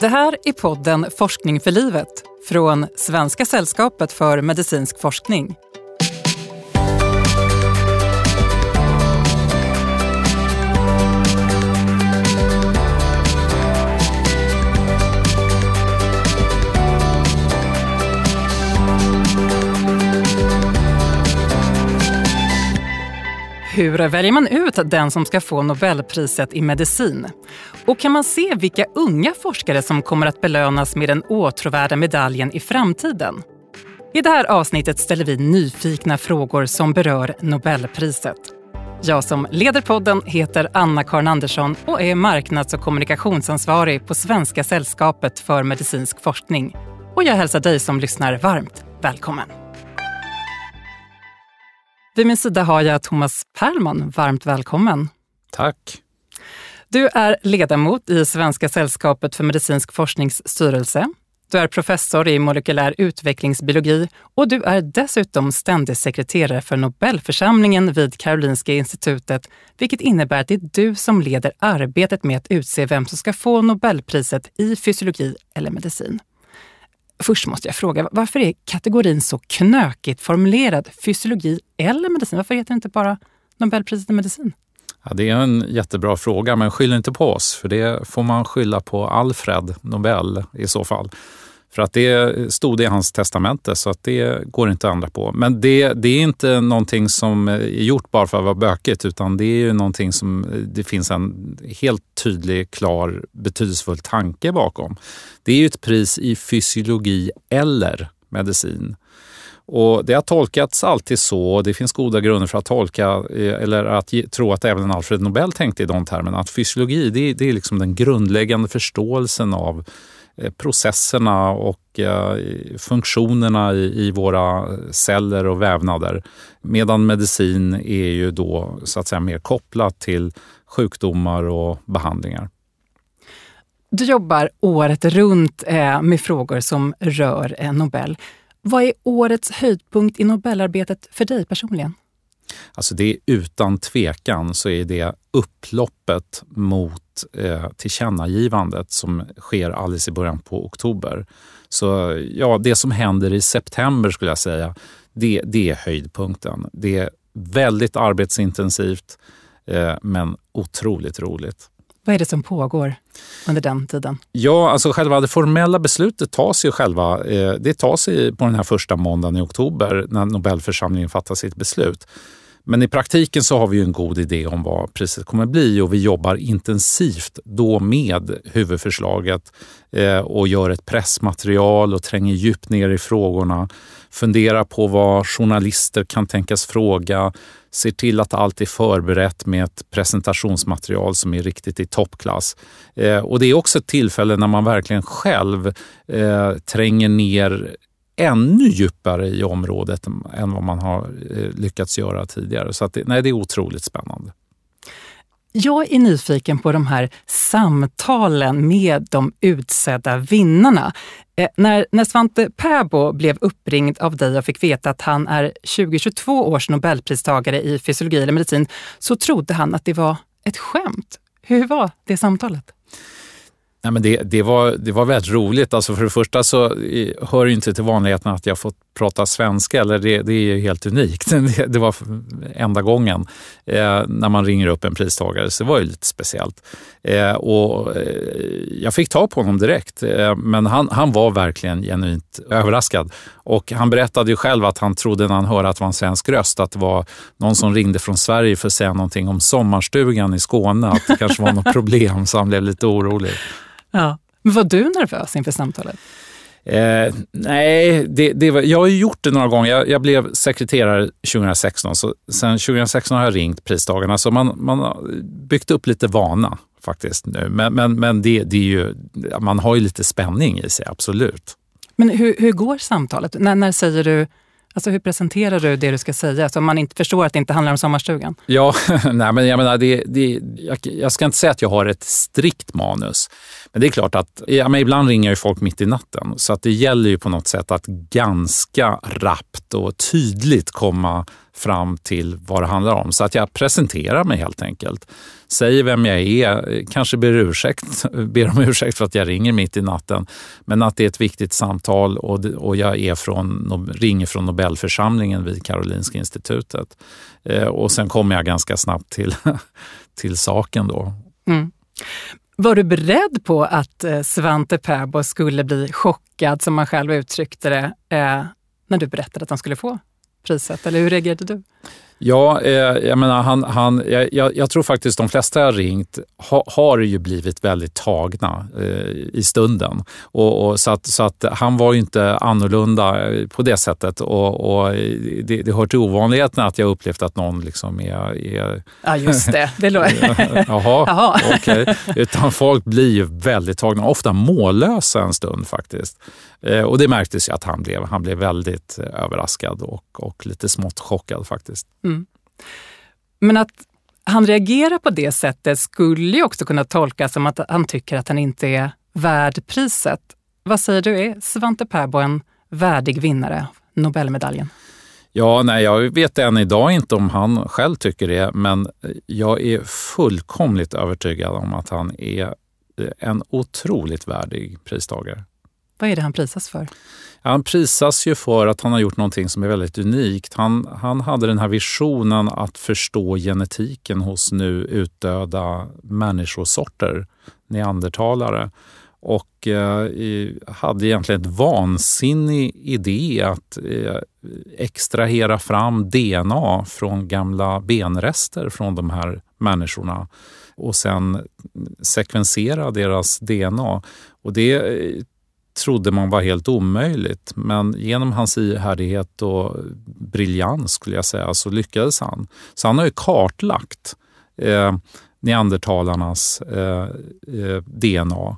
Det här är podden Forskning för livet från Svenska sällskapet för medicinsk forskning. Hur väljer man ut den som ska få Nobelpriset i medicin? Och kan man se vilka unga forskare som kommer att belönas med den åtråvärda medaljen i framtiden? I det här avsnittet ställer vi nyfikna frågor som berör Nobelpriset. Jag som leder podden heter Anna-Karin Andersson och är marknads- och kommunikationsansvarig på Svenska sällskapet för medicinsk forskning. Och jag hälsar dig som lyssnar varmt välkommen. Vid min sida har jag Thomas Perlman. Varmt välkommen. Tack. Du är ledamot i Svenska sällskapet för medicinsk forskningsstyrelse. Du är professor i molekylär utvecklingsbiologi och du är dessutom ständig sekreterare för Nobelförsamlingen vid Karolinska institutet, vilket innebär att det är du som leder arbetet med att utse vem som ska få Nobelpriset i fysiologi eller medicin. Först måste jag fråga, varför är kategorin så knökigt formulerad, fysiologi eller medicin? Varför heter det inte bara Nobelpriset i medicin? Ja, det är en jättebra fråga, men skyll inte på oss. För det får man skylla på Alfred Nobel i så fall. För att det stod i hans testamente, så att det går inte att ändra på. Men det är inte någonting som är gjort bara för att vara bökigt, utan det är ju någonting som det finns en helt tydlig, klar, betydelsefull tanke bakom. Det är ju ett pris i fysiologi eller medicin. Och det har tolkats alltid så, och det finns goda grunder för att tolka eller att tro att även Alfred Nobel tänkte i de termerna, att fysiologi det är liksom den grundläggande förståelsen av processerna och funktionerna i våra celler och vävnader. Medan medicin är ju då så att säga mer kopplat till sjukdomar och behandlingar. Du jobbar året runt med frågor som rör Nobel. Vad är årets höjdpunkt i Nobelarbetet för dig personligen? Alltså det är utan tvekan så är det upploppet mot tillkännagivandet som sker alldeles i början på oktober. Så ja, det som händer i september skulle jag säga, det är höjdpunkten. Det är väldigt arbetsintensivt men otroligt roligt. Vad är det som pågår under den tiden? Ja, alltså själva det formella beslutet tas ju det tas på den här första måndagen i oktober när Nobelförsamlingen fattar sitt beslut. Men i praktiken så har vi ju en god idé om vad priset kommer bli, och vi jobbar intensivt då med huvudförslaget och gör ett pressmaterial och tränger djupt ner i frågorna, funderar på vad journalister kan tänkas fråga, ser till att allt är förberett med ett presentationsmaterial som är riktigt i toppklass. Och det är också ett tillfälle när man verkligen själv tränger ner ännu djupare i området än vad man har lyckats göra tidigare. Så att det är otroligt spännande. Jag är nyfiken på de här samtalen med de utsedda vinnarna. När Svante Pääbo blev uppringd av dig och fick veta att han är 2022 års Nobelpristagare i fysiologi eller medicin, så trodde han att det var ett skämt. Hur var det samtalet? Nej, men det var väldigt roligt. Alltså för det första så hör ju inte till vanligheten att jag fått prata svenska, eller det är ju helt unikt. Det var enda gången när man ringer upp en pristagare, så det var ju lite speciellt. Och jag fick ta på honom direkt, men han var verkligen genuint överraskad. Och han berättade ju själv att han trodde när han hörde att det var en svensk röst att det var någon som ringde från Sverige för att säga någonting om sommarstugan i Skåne, att det kanske var något problem, så han blev lite orolig. Ja. Men var du nervös inför samtalet? Nej, jag har ju gjort det några gånger. Jag blev sekreterare 2016, så sen 2016 har jag ringt pristagarna. Så man har byggt upp lite vana faktiskt nu. Men det är ju, man har ju lite spänning i sig, absolut. Men hur går samtalet? När säger du, alltså hur presenterar du det du ska säga så man inte förstår att det inte handlar om sommarstugan? Ja, nej, men jag menar, jag ska inte säga att jag har ett strikt manus. Men det är klart att ibland ringer ju folk mitt i natten. Så att det gäller ju på något sätt att ganska rappt och tydligt komma fram till vad det handlar om. Så att jag presenterar mig helt enkelt. Säger vem jag är, kanske ber om ursäkt för att jag ringer mitt i natten. Men att det är ett viktigt samtal och jag ringer från Nobelförsamlingen vid Karolinska institutet. Och sen kommer jag ganska snabbt till saken då. Mm. Var du beredd på att Svante Pääbo skulle bli chockad, som man själv uttryckte det, när du berättade att han skulle få priset? Eller hur reagerade du? Ja, jag menar, jag tror faktiskt de flesta jag ringt har ju blivit väldigt tagna i stunden. Och så att han var ju inte annorlunda på det sättet. Och det hör till ovanligheten att jag upplevt att någon liksom är... Ja, just det. Det låter... Jaha. Okej. Utan folk blir ju väldigt tagna. Ofta mållösa en stund faktiskt. Och det märktes ju att han blev väldigt överraskad och lite smått chockad faktiskt. Mm. Men att han reagerar på det sättet skulle ju också kunna tolkas som att han tycker att han inte är värd priset. Vad säger du, är Svante Pääbo en värdig vinnare av Nobelmedaljen? Ja, nej, jag vet än idag inte om han själv tycker det, men jag är fullkomligt övertygad om att han är en otroligt värdig pristagare. Vad är det han prisas för? Han prisas ju för att han har gjort någonting som är väldigt unikt. Han hade den här visionen att förstå genetiken hos nu utdöda människosorter, neandertalare. Och hade egentligen ett vansinnig idé att extrahera fram DNA från gamla benrester från de här människorna och sen sekvensera deras DNA. Och det trodde man var helt omöjligt, men genom hans ihärdighet och briljans skulle jag säga så lyckades han. Så han har ju kartlagt neandertalarnas DNA,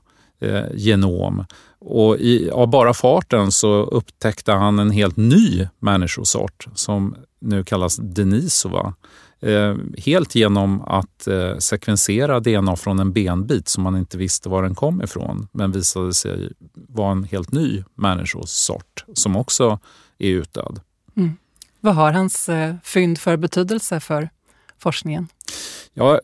genom. Och av bara farten så upptäckte han en helt ny människosort som nu kallas Denisova. Helt genom att sekvensera DNA från en benbit som man inte visste var den kom ifrån, men visade sig vara en helt ny människosort som också är utdöd. Mm. Vad har hans fynd för betydelse för forskningen? Ja,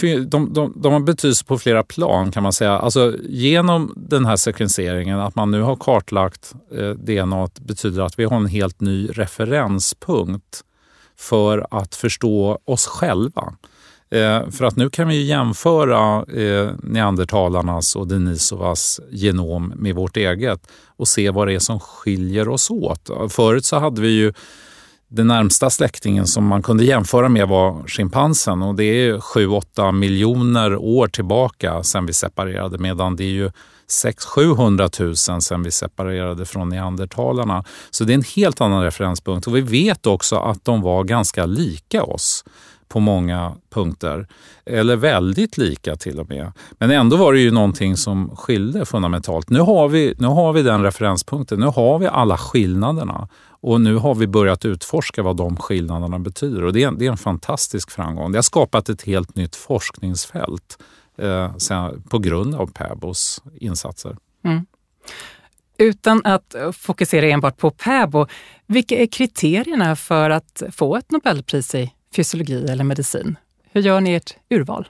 de har betydelse på flera plan kan man säga. Alltså, genom den här sekvenseringen, att man nu har kartlagt DNA, betyder att vi har en helt ny referenspunkt för att förstå oss själva. För att nu kan vi jämföra neandertalarnas och Denisovas genom med vårt eget och se vad det är som skiljer oss åt. Förut så hade vi ju den närmsta släktingen som man kunde jämföra med var schimpansen, och det är 7-8 miljoner år tillbaka sedan vi separerade, medan det är ju 600-700 000 sedan vi separerade från neandertalarna. Så det är en helt annan referenspunkt, och vi vet också att de var ganska lika oss på många punkter, eller väldigt lika till och med. Men ändå var det ju någonting som skilde fundamentalt. Nu har vi den referenspunkten, nu har vi alla skillnaderna. Och nu har vi börjat utforska vad de skillnaderna betyder. Och det är en fantastisk framgång. Det har skapat ett helt nytt forskningsfält på grund av Pääbos insatser. Mm. Utan att fokusera enbart på Pääbo, vilka är kriterierna för att få ett Nobelpris i fysiologi eller medicin? Hur gör ni ert urval?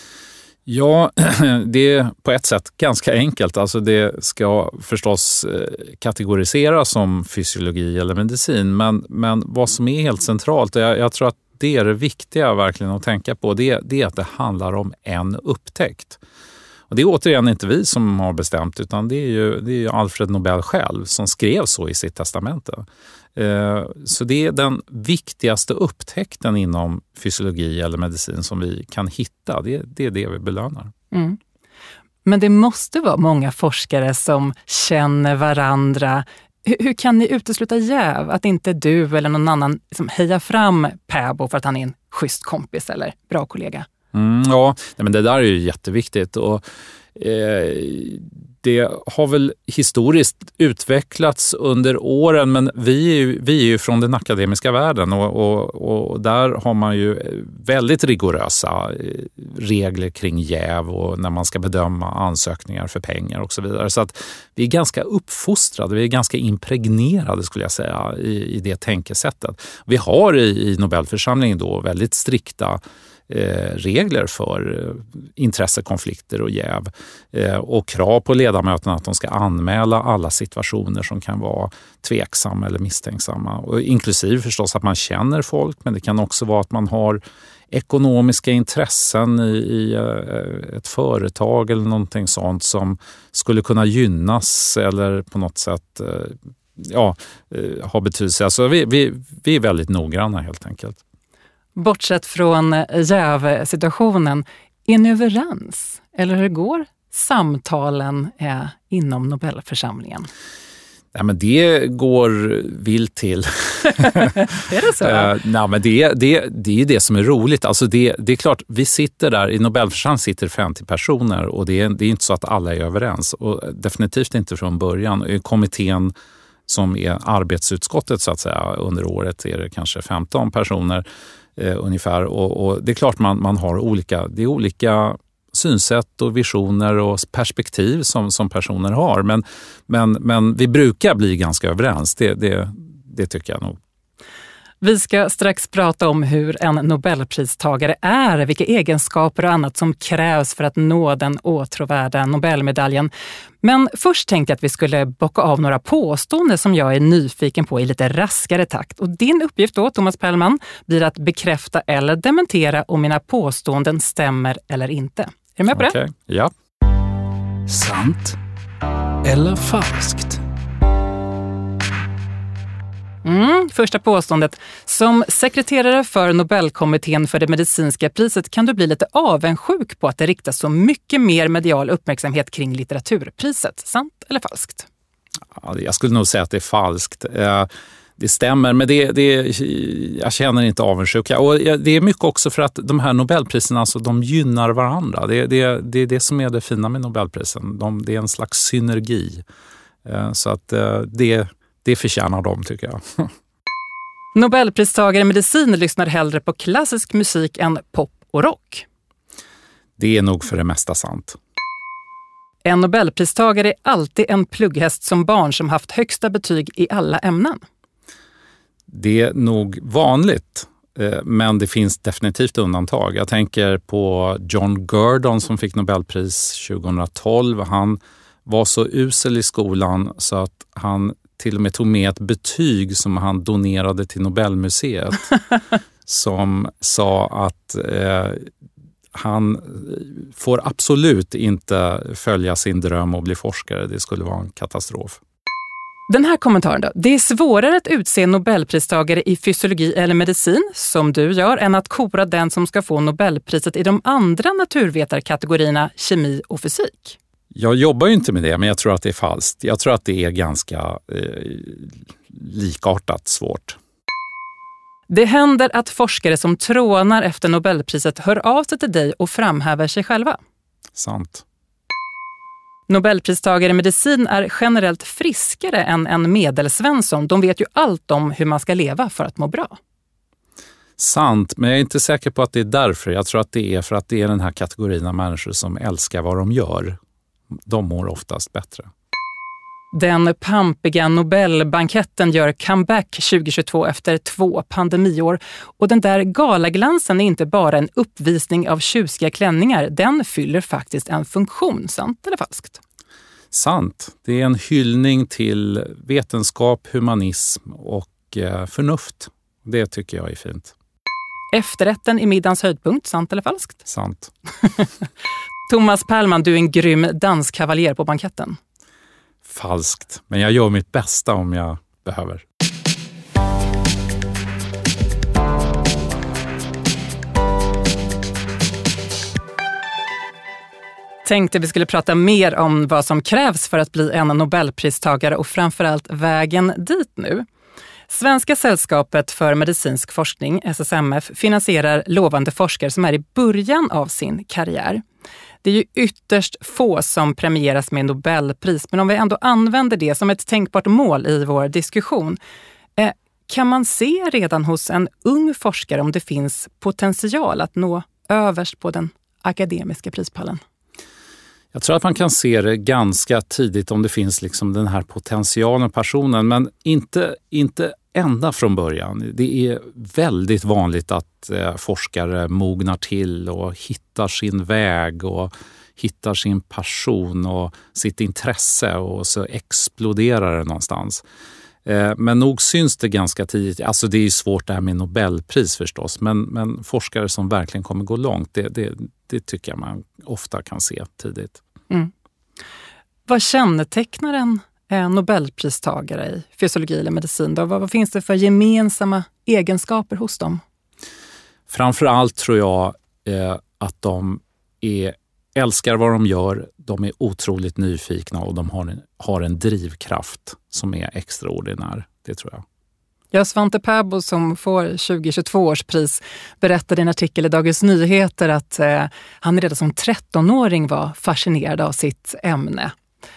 Ja, det är på ett sätt ganska enkelt. Alltså det ska förstås kategoriseras som fysiologi eller medicin. Men vad som är helt centralt, och jag tror att det är det viktiga verkligen att tänka på, det är att det handlar om en upptäckt. Och det är återigen inte vi som har bestämt, utan det är ju Alfred Nobel själv som skrev så i sitt testamente. Så det är den viktigaste upptäckten inom fysiologi eller medicin som vi kan hitta. Det är det vi belönar. Mm. Men det måste vara många forskare som känner varandra. Hur kan ni utesluta jäv? Att inte du eller någon annan liksom hejar fram Pääbo för att han är en schysst kompis eller bra kollega? Ja, men det där är ju jätteviktigt. Och Det har väl historiskt utvecklats under åren, men vi är ju från den akademiska världen och där har man ju väldigt rigorösa regler kring jäv och när man ska bedöma ansökningar för pengar och så vidare. Så att vi är ganska uppfostrade, vi är ganska impregnerade skulle jag säga i det tänkesättet. Vi har i Nobelförsamlingen då väldigt strikta regler för intressekonflikter och jäv och krav på ledamöterna att de ska anmäla alla situationer som kan vara tveksamma eller misstänksamma. Och inklusive förstås att man känner folk, men det kan också vara att man har ekonomiska intressen i ett företag eller någonting sånt som skulle kunna gynnas eller på något sätt ha betydelse. Alltså vi är väldigt noggranna helt enkelt. Bortsett från jävsituationen, är ni överens? Eller hur går samtalen inom Nobelförsamlingen? Ja, men det går vilt till. Är det så? Nej, men det är ju det som är roligt. Alltså det är klart, vi sitter där, i Nobelförsamlingen sitter 50 personer och det är inte så att alla är överens. Och definitivt inte från början. Kommittén som är arbetsutskottet så att säga under året är det kanske 15 personer ungefär. Och det är klart man har olika synsätt och visioner och perspektiv som personer har. Men vi brukar bli ganska överens, det tycker jag nog. Vi ska strax prata om hur en Nobelpristagare är, vilka egenskaper och annat som krävs för att nå den åtråvärda Nobelmedaljen. Men först tänkte jag att vi skulle bocka av några påståenden som jag är nyfiken på i lite raskare takt. Och din uppgift då, Thomas Perlman, blir att bekräfta eller dementera om mina påståenden stämmer eller inte. Är du med på det? Okej, ja. Sant eller falskt? Första påståendet. Som sekreterare för Nobelkommittén för det medicinska priset kan du bli lite avundsjuk på att det riktas så mycket mer medial uppmärksamhet kring litteraturpriset. Sant eller falskt? Ja, jag skulle nog säga att det är falskt. Det stämmer, men jag känner inte avundsjuka. Och det är mycket också för att de här Nobelpriserna, alltså, de gynnar varandra. Det är det som är det fina med Nobelprisen. Det är en slags synergi. Så att det förtjänar de, tycker jag. Nobelpristagare i medicin lyssnar hellre på klassisk musik än pop och rock. Det är nog för det mesta sant. En Nobelpristagare är alltid en plugghäst som barn som haft högsta betyg i alla ämnen. Det är nog vanligt, men det finns definitivt undantag. Jag tänker på John Gurdon som fick Nobelpris 2012. Han var så usel i skolan så att han till och med tog med ett betyg som han donerade till Nobelmuseet som sa att han får absolut inte följa sin dröm och bli forskare. Det skulle vara en katastrof. Den här kommentaren då. Det är svårare att utse Nobelpristagare i fysiologi eller medicin, som du gör, än att kora den som ska få Nobelpriset i de andra naturvetarkategorierna kemi och fysik. Jag jobbar ju inte med det, men jag tror att det är falskt. Jag tror att det är ganska likartat svårt. Det händer att forskare som trånar efter Nobelpriset hör av sig till dig och framhäver sig själva. Sant. Nobelpristagare i medicin är generellt friskare än en medelsvensson. De vet ju allt om hur man ska leva för att må bra. Sant, men jag är inte säker på att det är därför. Jag tror att det är för att det är den här kategorin av människor som älskar vad de gör. De mår oftast bättre. Den pampiga Nobelbanketten gör comeback 2022 efter 2 pandemiår. Och den där galaglansen är inte bara en uppvisning av tjusiga klänningar. Den fyller faktiskt en funktion, sant eller falskt? Sant. Det är en hyllning till vetenskap, humanism och förnuft. Det tycker jag är fint. Efterrätten i middagens höjdpunkt, sant eller falskt? Sant. Thomas Perlman, du är en grym danskavaljer på banketten. Falskt, men jag gör mitt bästa om jag behöver. Tänkte vi skulle prata mer om vad som krävs för att bli en Nobelpristagare och framförallt vägen dit nu. Svenska sällskapet för medicinsk forskning, SSMF, finansierar lovande forskare som är i början av sin karriär. Det är ju ytterst få som premieras med Nobelpris, men om vi ändå använder det som ett tänkbart mål i vår diskussion, kan man se redan hos en ung forskare om det finns potential att nå överst på den akademiska prispallen? Jag tror att man kan se det ganska tidigt om det finns liksom den här potentialen personen, men inte ända från början. Det är väldigt vanligt att forskare mognar till och hittar sin väg och hittar sin passion och sitt intresse och så exploderar det någonstans. Men nog syns det ganska tidigt. Alltså det är svårt det här med Nobelpris förstås, men forskare som verkligen kommer gå långt, det tycker jag man ofta kan se tidigt. Mm. Vad kännetecknar en Nobelpristagare i fysiologi eller medicin då? Vad finns det för gemensamma egenskaper hos dem? Framförallt tror jag att de älskar vad de gör, de är otroligt nyfikna och de har en drivkraft som är extraordinär, det tror jag. Ja, Svante Pääbo som får 2022 års pris berättade i en artikel i Dagens Nyheter att han redan som 13-åring var fascinerad av sitt ämne.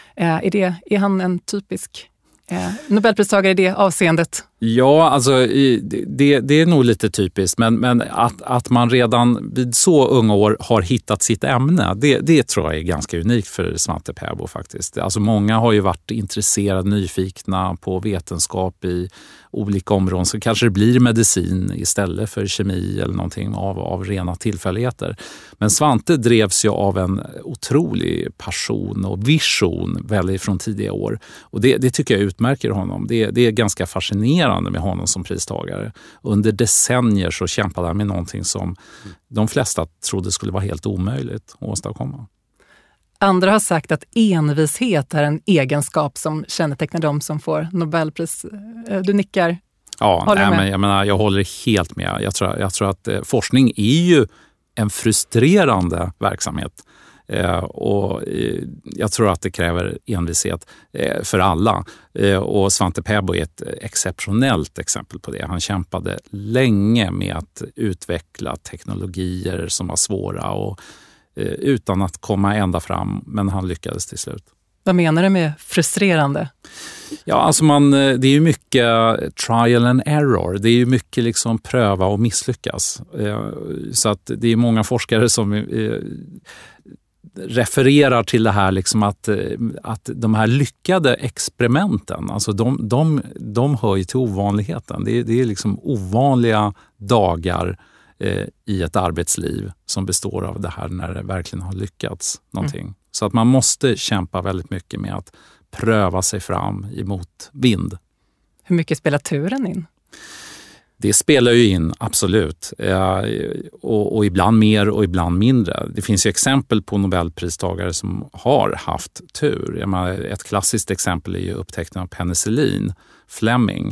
Är han en typisk Nobelpristagare i det avseendet? Ja, alltså det är nog lite typiskt, men att man redan vid så unga år har hittat sitt ämne, det tror jag är ganska unikt för Svante Pääbo faktiskt. Alltså många har ju varit intresserade, nyfikna på vetenskap i olika områden, så kanske det blir medicin istället för kemi eller någonting av rena tillfälligheter. Men Svante drevs ju av en otrolig passion och vision väldigt från tidiga år. Och det tycker jag utmärker honom. Det är ganska fascinerande med honom som pristagare. Under decennier så kämpade han med någonting som de flesta trodde skulle vara helt omöjligt att åstadkomma. Andra har sagt att envishet är en egenskap som kännetecknar de som får Nobelpris. Du nickar. Ja, men jag håller helt med. Jag tror att forskning är ju en frustrerande verksamhet. Och jag tror att det kräver envishet för alla. Och Svante Pääbo är ett exceptionellt exempel på det. Han kämpade länge med att utveckla teknologier som var svåra och utan att komma ända fram, men han lyckades till slut. Vad menar du med frustrerande? Ja, alltså det är ju mycket trial and error. Det är ju mycket liksom pröva och misslyckas. Så att det är många forskare som refererar till det här liksom att de här lyckade experimenten, alltså de hör ju till ovanligheten. Det är liksom ovanliga dagar i ett arbetsliv som består av det här när det verkligen har lyckats någonting. Mm. Så att man måste kämpa väldigt mycket med att pröva sig fram emot vind. Hur mycket spelar turen in? Det spelar ju in, absolut. Och ibland mer och ibland mindre. Det finns ju exempel på Nobelpristagare som har haft tur. Jag menar, ett klassiskt exempel är ju upptäckten av penicillin, Fleming,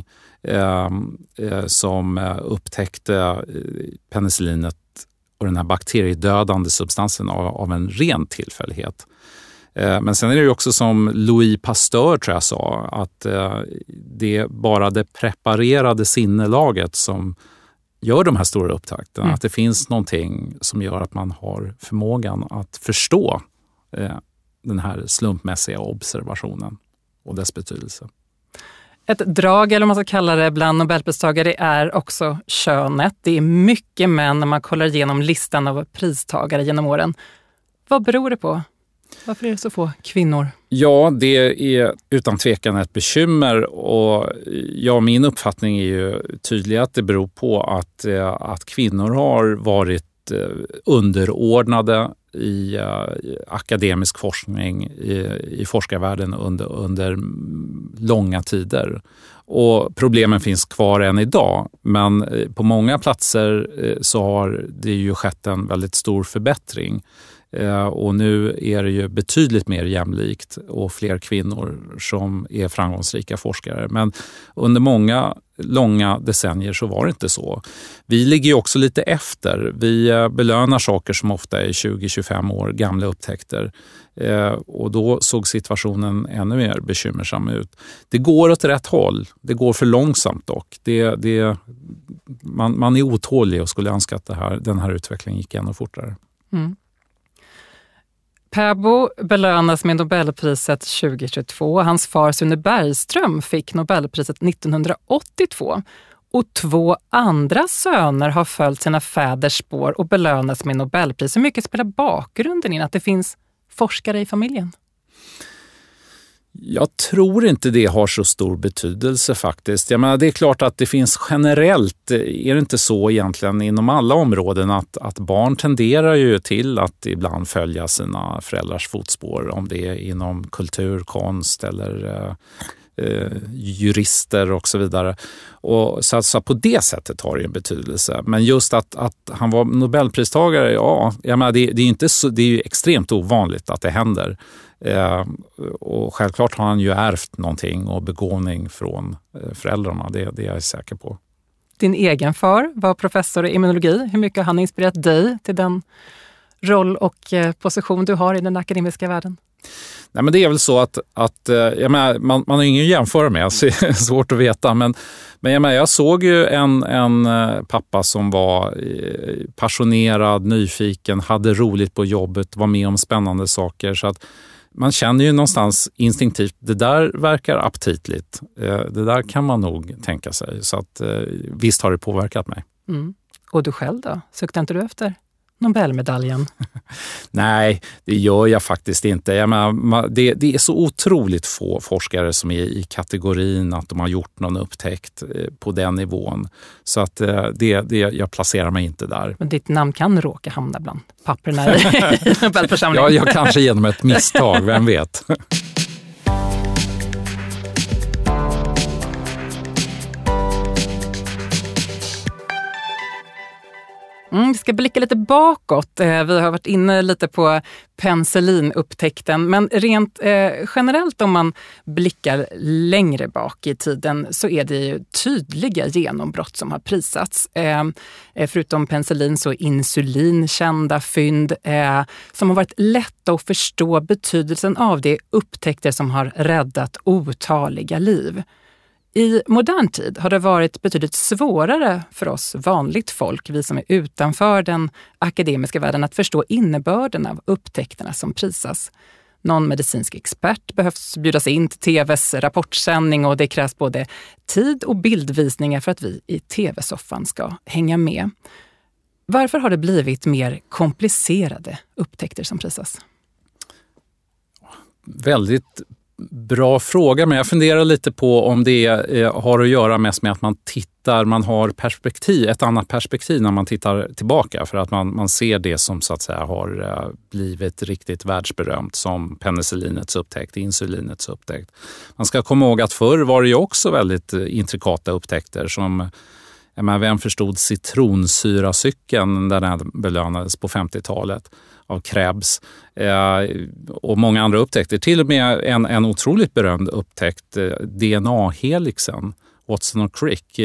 som upptäckte penicillinet och den här bakteriedödande substansen av en ren tillfällighet. Men sen är det ju också som Louis Pasteur tror jag sa, att det är bara det preparerade sinnelaget som gör de här stora upptäckterna. Att det finns någonting som gör att man har förmågan att förstå den här slumpmässiga observationen och dess betydelse. Ett drag, eller vad man ska kalla det, bland Nobelpristagare är också könet. Det är mycket män när man kollar igenom listan av pristagare genom åren. Vad beror det på? Varför är det så få kvinnor? Ja, det är utan tvekan ett bekymmer och min uppfattning är ju tydlig att det beror på att kvinnor har varit underordnade i akademisk forskning i forskarvärlden under långa tider. Och problemen finns kvar än idag, men på många platser så har det ju skett en väldigt stor förbättring. Och nu är det ju betydligt mer jämlikt och fler kvinnor som är framgångsrika forskare. Men under många långa decennier så var det inte så. Vi ligger ju också lite efter. Vi belönar saker som ofta är 20-25 år gamla upptäckter. Och då såg situationen ännu mer bekymmersam ut. Det går åt rätt håll. Det går för långsamt dock. Man är otålig och skulle önska att den här utvecklingen gick ännu fortare. Mm. Pääbo belönas med Nobelpriset 2022. Hans far Sune Bergström fick Nobelpriset 1982. Och 2 andra söner har följt sina fäders spår och belönas med Nobelpris. Hur mycket spelar bakgrunden in att det finns forskare i familjen? Jag tror inte det har så stor betydelse faktiskt. Jag menar, det är klart att det finns generellt, är det inte så egentligen inom alla områden att barn tenderar ju till att ibland följa sina föräldrars fotspår, om det är inom kultur, konst eller jurister och så vidare. Och så på det sättet har det en betydelse. Men just att han var Nobelpristagare, ja, jag menar, det är inte så, det är ju extremt ovanligt att det händer. Och självklart har han ju ärvt någonting och begåvning från föräldrarna, det är jag säker på. Din egen far var professor i immunologi. Hur mycket har han inspirerat dig till den roll och position du har i den akademiska världen? Nej, men det är väl så att jag menar, man har ingen att jämföra med, så det är svårt att veta. Men jag såg ju en pappa som var passionerad, nyfiken, hade roligt på jobbet, var med om spännande saker. Så att man känner ju någonstans instinktivt, det där verkar aptitligt. Det där kan man nog tänka sig. Så att visst har det påverkat mig. Mm. Och du själv då? Sökte inte du efter Nobelmedaljen? Nej, det gör jag faktiskt inte. Jag menar, det är så otroligt få forskare som är i kategorin att de har gjort någon upptäckt på den nivån. Så att jag placerar mig inte där. Men ditt namn kan råka hamna bland papperna i Nobelförsamlingen. Ja, jag kanske genom ett misstag, vem vet. Vi ska blicka lite bakåt. Vi har varit inne lite på penicillinupptäckten, men rent generellt om man blickar längre bak i tiden så är det ju tydliga genombrott som har prisats. Förutom penicillin så insulin, kända fynd som har varit lätta att förstå betydelsen av, det upptäckter som har räddat otaliga liv. I modern tid har det varit betydligt svårare för oss vanligt folk, vi som är utanför den akademiska världen, att förstå innebörden av upptäckterna som prisas. Någon medicinsk expert behövs bjudas in till tvs rapportsändning och det krävs både tid och bildvisningar för att vi i tv-soffan ska hänga med. Varför har det blivit mer komplicerade upptäckter som prisas? Väldigt bra fråga, men jag funderar lite på om det har att göra mest med att man har perspektiv, ett annat perspektiv när man tittar tillbaka, för att man ser det som så att säga har blivit riktigt världsberömt, som penicillinets upptäckt, insulinets upptäckt. Man ska komma ihåg att förr var det ju också väldigt intrikata upptäckter som, vem förstod citronsyracykeln, där den belönades på 50-talet av Krebs och många andra upptäckter. Till och med en otroligt berömd upptäckt, DNA-helixen, Watson och Crick,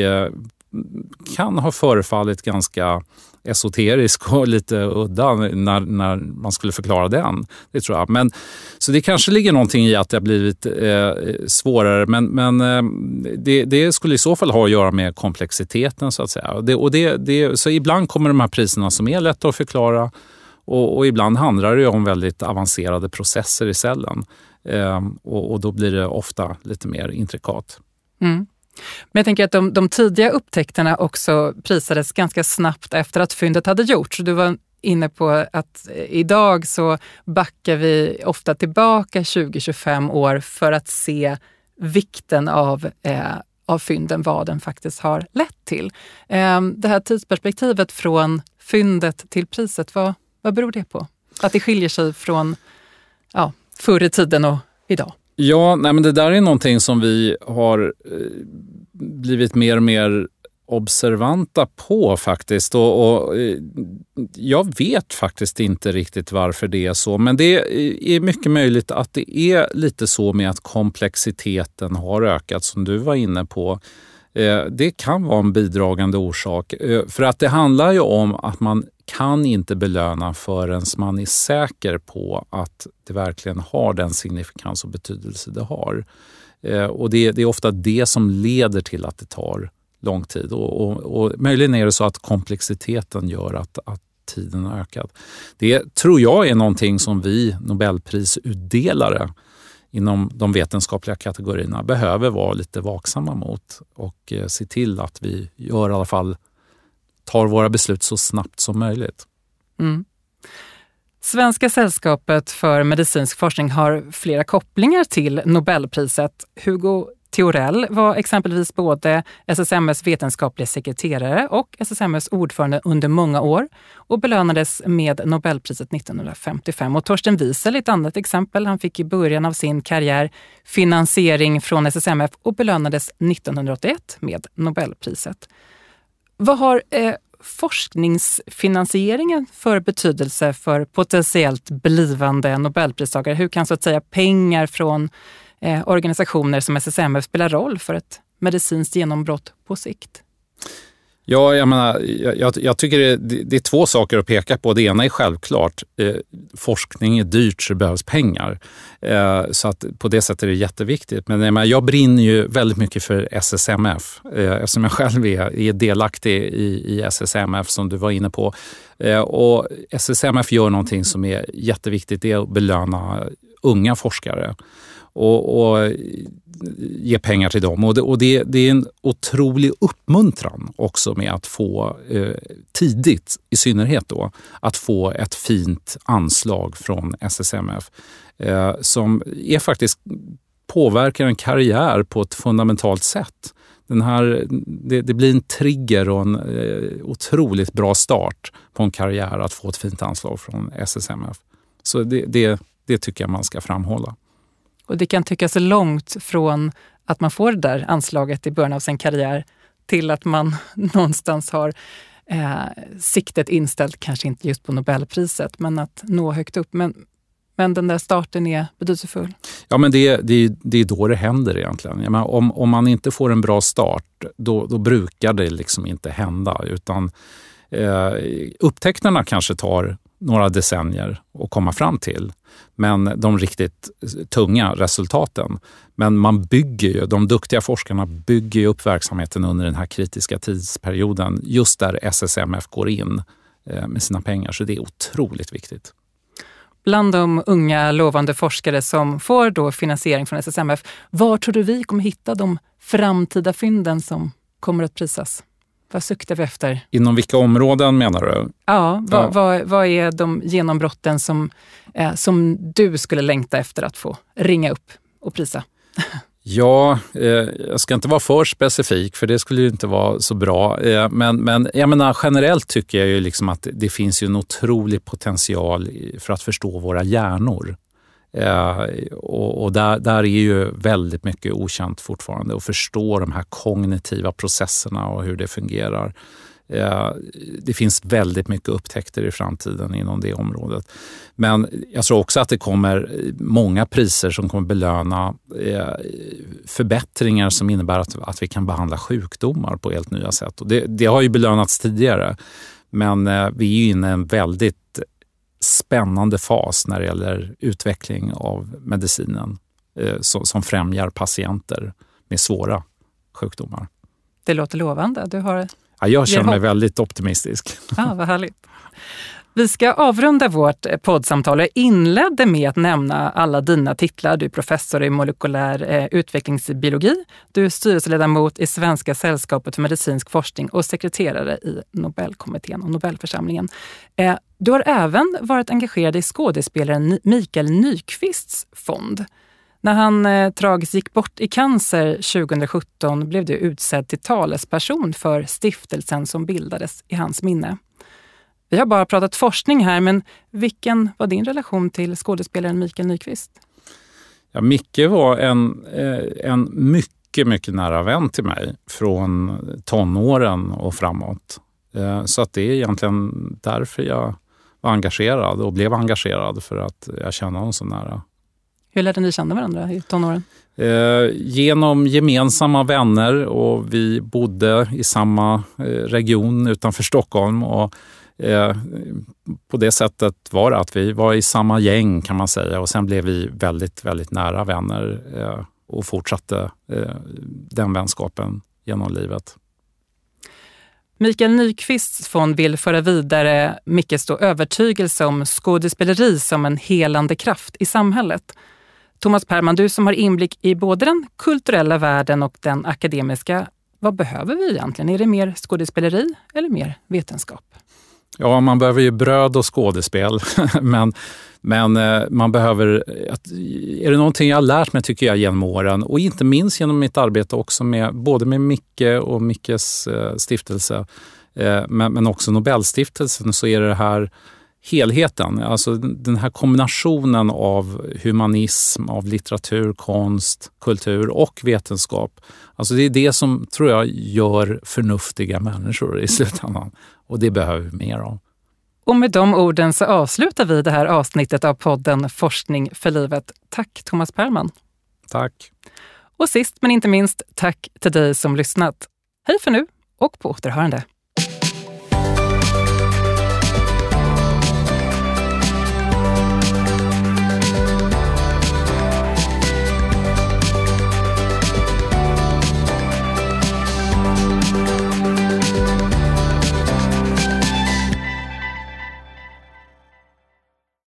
kan ha förefallit ganska esoterisk och lite udda när man skulle förklara den. Det tror jag. Men, så det kanske ligger någonting i att det har blivit svårare, men det skulle i så fall ha att göra med komplexiteten så att säga. Så ibland kommer de här priserna som är lätta att förklara, och ibland handlar det om väldigt avancerade processer i cellen. Och då blir det ofta lite mer intrikat. Mm. Men jag tänker att de tidiga upptäckterna också prisades ganska snabbt efter att fyndet hade gjorts. Du var inne på att idag så backar vi ofta tillbaka 20-25 år för att se vikten av fynden, vad den faktiskt har lett till. Det här tidsperspektivet från fyndet till priset, vad beror det på? Att det skiljer sig från förr i tiden och idag? Ja, men det där är någonting som vi har blivit mer och mer observanta på faktiskt. Och jag vet faktiskt inte riktigt varför det är så. Men det är mycket möjligt att det är lite så med att komplexiteten har ökat, som du var inne på. Det kan vara en bidragande orsak. För att det handlar ju om att man kan inte belöna förrän man är säker på att det verkligen har den signifikans och betydelse det har. Och det är ofta det som leder till att det tar lång tid. Och möjligen är det så att komplexiteten gör att tiden har ökat. Det tror jag är någonting som vi Nobelprisutdelare inom de vetenskapliga kategorierna behöver vara lite vaksamma mot och se till att vi gör i alla fall tar våra beslut så snabbt som möjligt. Mm. Svenska sällskapet för medicinsk forskning har flera kopplingar till Nobelpriset. Hugo Theorell var exempelvis både SSMS vetenskapliga sekreterare och SSMS ordförande under många år och belönades med Nobelpriset 1955. Och Torsten Wiesel är ett annat exempel. Han fick i början av sin karriär finansiering från SSMF och belönades 1981 med Nobelpriset. Vad har forskningsfinansieringen för betydelse för potentiellt blivande Nobelpristagare? Hur kan så att säga pengar från organisationer som SSMF spelar roll för ett medicinskt genombrott på sikt? Ja, jag tycker det är två saker att peka på. Det ena är självklart, forskning är dyrt så det behövs pengar. Så att på det sättet är det jätteviktigt. Men jag brinner ju väldigt mycket för SSMF eftersom jag själv är delaktig i SSMF som du var inne på. Och SSMF gör någonting som är jätteviktigt, det är att belöna unga forskare och ge pengar till dem. Och det är en otrolig uppmuntran också med att få tidigt, i synnerhet då, att få ett fint anslag från SSMF som är faktiskt påverkar en karriär på ett fundamentalt sätt. Det blir en trigger och en otroligt bra start på en karriär att få ett fint anslag från SSMF. Så det tycker jag man ska framhålla. Och det kan tyckas långt från att man får det där anslaget i början av sin karriär till att man någonstans har siktet inställt, kanske inte just på Nobelpriset, men att nå högt upp. Men den där starten är betydelsefull. Ja, men det är då det händer egentligen. Om man inte får en bra start, då brukar det liksom inte hända. Utan upptäckterna kanske tar några decennier att komma fram till. Men de riktigt tunga resultaten. Men de duktiga forskarna bygger ju upp verksamheten under den här kritiska tidsperioden. Just där SSMF går in med sina pengar. Så det är otroligt viktigt. Bland de unga lovande forskare som får då finansiering från SSMF, var tror du vi kommer hitta de framtida fynden som kommer att prisas? Vad suktar vi efter? Inom vilka områden menar du? Ja, vad är de genombrotten som du skulle längta efter att få ringa upp och prisa? Ja, jag ska inte vara för specifik för det skulle ju inte vara så bra. Men jag menar, generellt tycker jag ju liksom att det finns ju en otrolig potential för att förstå våra hjärnor. Och där är ju väldigt mycket okänt fortfarande att förstå de här kognitiva processerna och hur det fungerar. Det finns väldigt mycket upptäckter i framtiden inom det området. Men jag tror också att det kommer många priser som kommer belöna förbättringar som innebär att vi kan behandla sjukdomar på helt nya sätt. Och det har ju belönats tidigare, men vi är ju inne i en väldigt spännande fas när det gäller utveckling av medicinen som främjar patienter med svåra sjukdomar. Det låter lovande. Ja, jag känner mig väldigt optimistisk. Ja, vad härligt. Vi ska avrunda vårt poddsamtal. Jag inledde med att nämna alla dina titlar. Du är professor i molekylär utvecklingsbiologi. Du är styrelseledamot i Svenska sällskapet för medicinsk forskning och sekreterare i Nobelkommittén och Nobelförsamlingen. Du har även varit engagerad i skådespelaren Mikael Nyqvists fond. När han tragiskt gick bort i cancer 2017 blev du utsedd till talesperson för stiftelsen som bildades i hans minne. Vi har bara pratat forskning här, men vilken var din relation till skådespelaren Mikael Nyqvist? Ja, Micke var en mycket, mycket nära vän till mig från tonåren och framåt. Så att det är egentligen därför jag var engagerad och blev engagerad, för att jag känner honom så nära. Hur lärde ni känna varandra i tonåren? Genom gemensamma vänner, och vi bodde i samma region utanför Stockholm, och på det sättet var det att vi var i samma gäng, kan man säga, och sen blev vi väldigt, väldigt nära vänner och fortsatte den vänskapen genom livet. Mikael Nyqvists fond vill föra vidare Mickes övertygelse om skådespeleri som en helande kraft i samhället. Thomas Perman, du som har inblick i både den kulturella världen och den akademiska, vad behöver vi egentligen? Är det mer skådespeleri eller mer vetenskap? Ja, man behöver ju bröd och skådespel, men man behöver, är det någonting jag har lärt mig tycker jag genom åren, och inte minst genom mitt arbete också med både med Micke och Mickes stiftelse, men också Nobelstiftelsen, så är det här helheten, alltså den här kombinationen av humanism, av litteratur, konst, kultur och vetenskap. Alltså det är det som tror jag gör förnuftiga människor i slutändan, och det behöver vi mer av. Och med de orden så avslutar vi det här avsnittet av podden Forskning för livet. Tack Thomas Perman. Tack. Och sist men inte minst, tack till dig som lyssnat. Hej för nu och på återhörande.